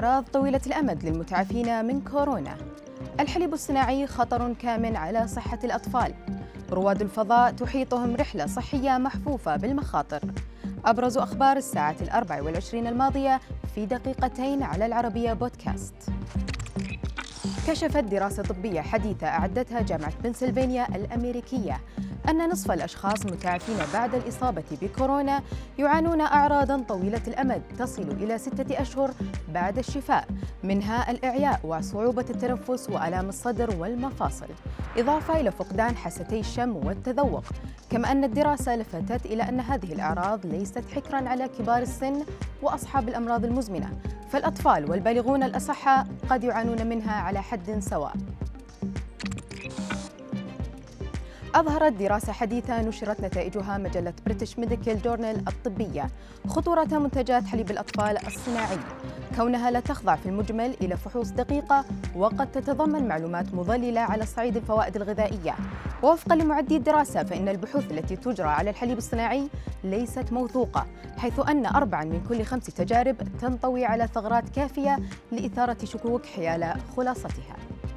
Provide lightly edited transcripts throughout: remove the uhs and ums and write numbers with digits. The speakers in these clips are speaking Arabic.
أعراض طويلة الأمد للمتعافين من كورونا. الحليب الصناعي خطر كامن على صحة الأطفال. رواد الفضاء تحيطهم رحلة صحية محفوفة بالمخاطر. أبرز أخبار الساعة 24 الماضية في دقيقتين على العربية بودكاست. كشفت دراسة طبية حديثة أعدتها جامعة بنسلفانيا الأمريكية أن نصف الأشخاص متعافين بعد الإصابة بكورونا يعانون أعراضاً طويلة الأمد تصل إلى 6 أشهر بعد الشفاء، منها الإعياء وصعوبة التنفس وآلام الصدر والمفاصل، إضافة إلى فقدان حاستي الشم والتذوق. كما أن الدراسة لفتت إلى أن هذه الأعراض ليست حكراً على كبار السن وأصحاب الأمراض المزمنة، فالأطفال والبالغون الأصحاء قد يعانون منها على حد سواء. أظهرت دراسة حديثة نشرت نتائجها مجلة بريتش ميديكال جورنال الطبية خطورة منتجات حليب الأطفال الصناعي، كونها لا تخضع في المجمل إلى فحوص دقيقة وقد تتضمن معلومات مضللة على صعيد الفوائد الغذائية. ووفقا لمعدي الدراسة فإن البحوث التي تجرى على الحليب الصناعي ليست موثوقة، حيث أن 4 من كل 5 تجارب تنطوي على ثغرات كافية لإثارة شكوك حيال خلاصتها.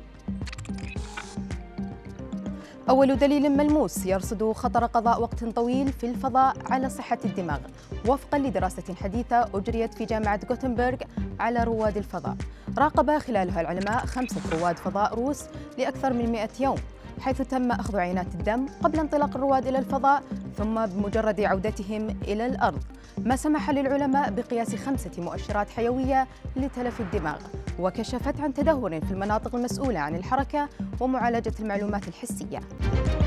أول دليل ملموس يرصد خطر قضاء وقت طويل في الفضاء على صحة الدماغ، وفقاً لدراسة حديثة أجريت في جامعة غوتنبرغ على رواد الفضاء. راقب خلالها العلماء 5 رواد فضاء روس لأكثر من 100 يوم، حيث تم أخذ عينات الدم قبل انطلاق الرواد إلى الفضاء ثم بمجرد عودتهم إلى الأرض، ما سمح للعلماء بقياس 5 مؤشرات حيوية لتلف الدماغ، وكشفت عن تدهور في المناطق المسؤولة عن الحركة ومعالجة المعلومات الحسية.